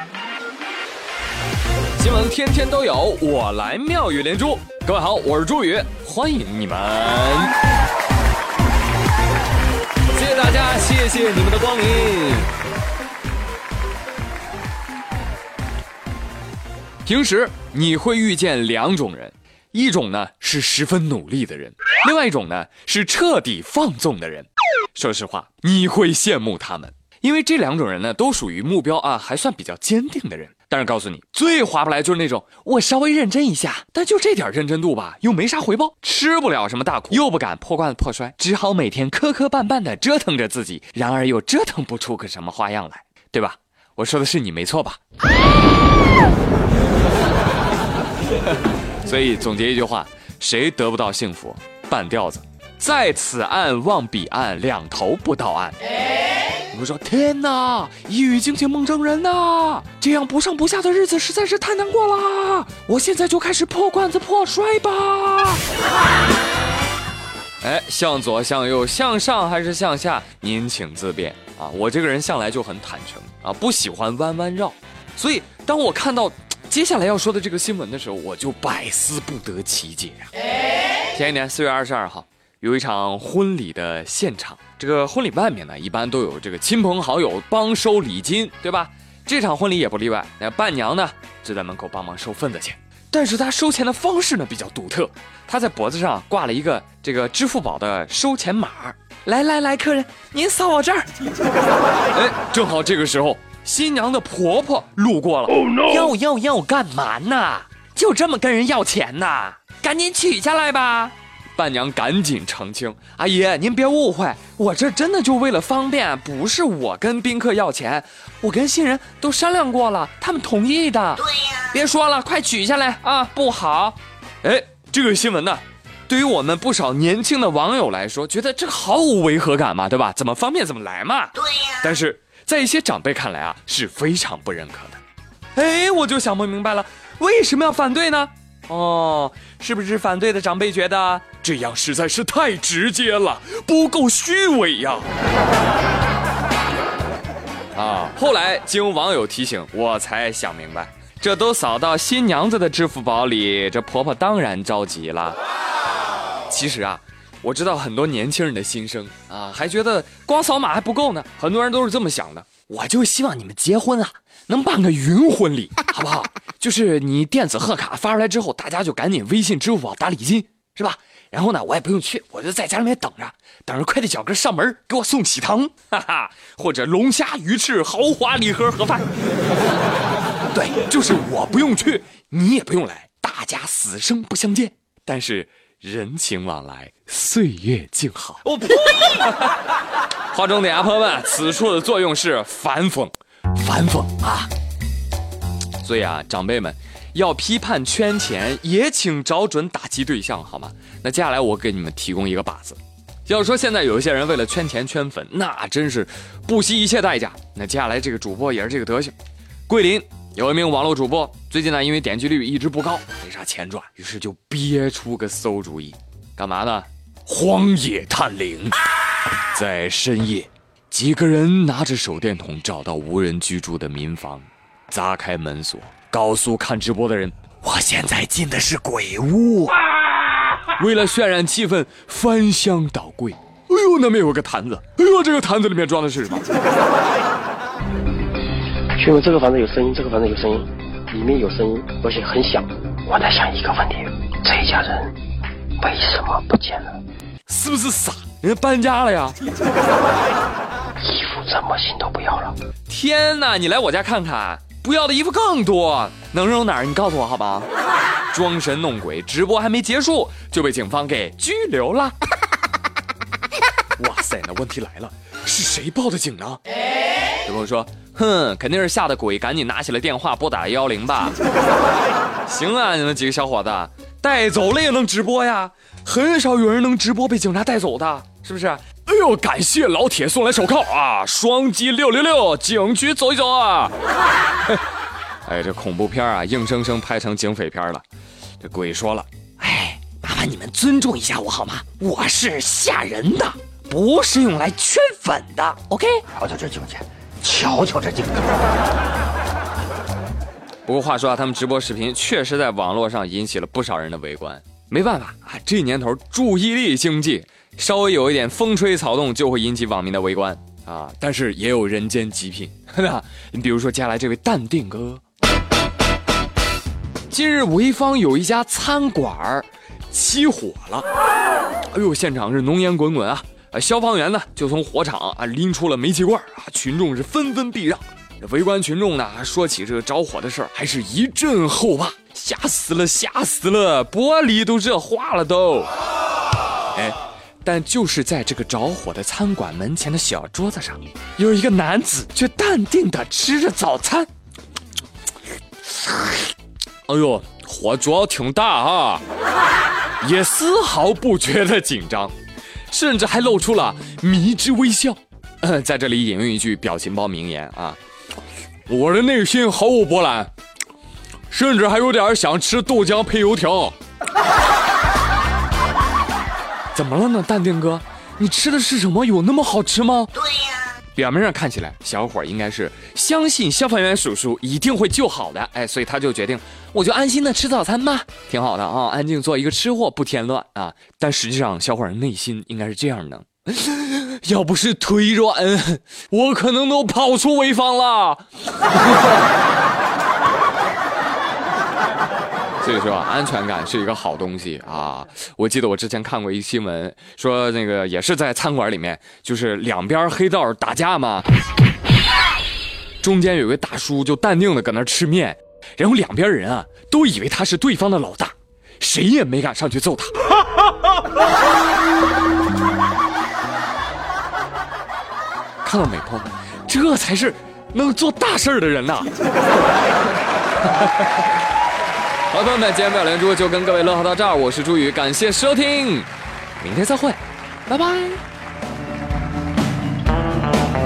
新闻天天都有，我来妙语连珠。各位好，我是朱宇，欢迎你们。谢谢大家，谢谢你们的光临。平时你会遇见两种人，一种呢是十分努力的人，另外一种呢是彻底放纵的人。说实话，你会羡慕他们，因为这两种人呢都属于目标还算比较坚定的人。但是告诉你，最划不来就是那种我稍微认真一下，但就这点认真度吧，又没啥回报，吃不了什么大苦，又不敢破罐子破摔，只好每天磕磕绊绊的折腾着自己，然而又折腾不出个什么花样来，对吧？我说的是你没错吧？所以总结一句话，谁得不到幸福？半吊子，在此岸望彼岸，两头不到岸。我说天哪，一语惊醒梦中人呐！这样不上不下的日子实在是太难过了，我现在就开始破罐子破摔吧。向左向右向上还是向下，您请自便啊！我这个人向来就很坦诚啊，不喜欢弯弯绕，所以当我看到接下来要说的这个新闻的时候，我就百思不得其解啊。前一年4月22号有一场婚礼的现场，这个婚礼外面呢一般都有这个亲朋好友帮收礼金，对吧？这场婚礼也不例外，那伴娘呢就在门口帮忙收份子钱，但是她收钱的方式呢比较独特，她在脖子上挂了一个这个支付宝的收钱码，来，客人您扫我这儿。正好这个时候新娘的婆婆路过了。Oh no！ 要干嘛呢？就这么跟人要钱呢？赶紧取下来吧。伴娘赶紧澄清，阿姨您别误会，我这真的就为了方便，不是我跟宾客要钱，我跟新人都商量过了，他们同意的。对呀，别说了，快取下来啊，不好。这个新闻呢对于我们不少年轻的网友来说，觉得这个毫无违和感嘛，对吧？怎么方便怎么来嘛。对呀，但是在一些长辈看来是非常不认可的。我就想不明白了，为什么要反对呢？是不是反对的长辈觉得这样实在是太直接了，不够虚伪呀？后来经网友提醒，我才想明白，这都扫到新娘子的支付宝里，这婆婆当然着急了。其实我知道很多年轻人的心声还觉得光扫码还不够呢，很多人都是这么想的。我就希望你们结婚能办个云婚礼，好不好？就是你电子贺卡发出来之后，大家就赶紧微信支付宝打礼金，是吧？然后呢我也不用去，我就在家里面等着快递小哥上门给我送喜糖，或者龙虾鱼翅豪华礼盒盒饭。对，就是我不用去，你也不用来，大家死生不相见，但是人情往来，岁月静好。我呸！划重点朋友们，此处的作用是反讽所以长辈们要批判圈钱，也请找准打击对象，好吗？那接下来我给你们提供一个靶子。要说现在有一些人为了圈钱圈粉，那真是不惜一切代价。那接下来这个主播也是这个德行。桂林有一名网络主播，最近呢因为点击率一直不高，没啥钱赚，于是就憋出个馊主意，干嘛呢？荒野探灵。在深夜，几个人拿着手电筒找到无人居住的民房，砸开门锁，告诉看直播的人，我现在进的是鬼屋。为了渲染气氛，翻箱倒柜，那边有个坛子，这个坛子里面装的是什么？ 请问这个房子有声音，这个房子有声音，里面有声音，而且很响。我在想一个问题，这一家人为什么不见了？ 是不是傻？人家搬家了呀。 衣服怎么新都不要了？ 天哪，你来我家看看，不要的衣服更多，能扔哪儿？你告诉我好吧。装神弄鬼，直播还没结束就被警方给拘留了。哇塞，那问题来了，是谁报的警呢？有朋友说，肯定是吓得鬼，赶紧拿起了电话拨打110吧。行啊，你们几个小伙子，带走了也能直播呀，很少有人能直播被警察带走的，是不是？感谢老铁送来手铐双击666，警局走一走啊。这恐怖片硬生生拍成警匪片了。这鬼说了，麻烦你们尊重一下我好吗？我是吓人的，不是用来圈粉的 ，OK？ 瞧瞧这境界，瞧瞧这境界。 不过话说啊，他们直播视频确实在网络上引起了不少人的围观。没办法啊，这年头注意力经济，稍微有一点风吹草动就会引起网民的围观啊。但是也有人间极品，你比如说接下来这位淡定哥。近日潍坊有一家餐馆起火了，哎呦，现场是浓烟滚滚啊！消防员呢就从火场拎出了煤气罐啊，群众是纷纷避让。围观群众呢说起这个着火的事儿，还是一阵后怕，吓死了，吓死了，玻璃都热化了都。哎，但就是在这个着火的餐馆门前的小桌子上，有一个男子却淡定地吃着早餐。哎呦，火主要挺大哈，也丝毫不觉得紧张，甚至还露出了迷之微笑。在这里引用一句表情包名言啊，我的内心毫无波澜，甚至还有点想吃豆浆配油条。怎么了呢，淡定哥？你吃的是什么？有那么好吃吗？对呀。表面上看起来，小伙应该是相信消防员叔叔一定会救好的，哎，所以他就决定，我就安心的吃早餐吧，挺好的啊，安静做一个吃货，不添乱啊。但实际上，小伙的内心应该是这样的：要不是腿软，我可能都跑出潍坊了。所以说安全感是一个好东西啊！我记得我之前看过一新闻，说那个也是在餐馆里面，就是两边黑道打架嘛，中间有一个大叔就淡定的搁那吃面，然后两边人啊都以为他是对方的老大，谁也没敢上去揍他。看到没，朋友们，这才是能做大事的人呐！好，朋友们，今天妙连珠就跟各位乐好到这儿，我是朱宇，感谢收听，明天再会，拜拜。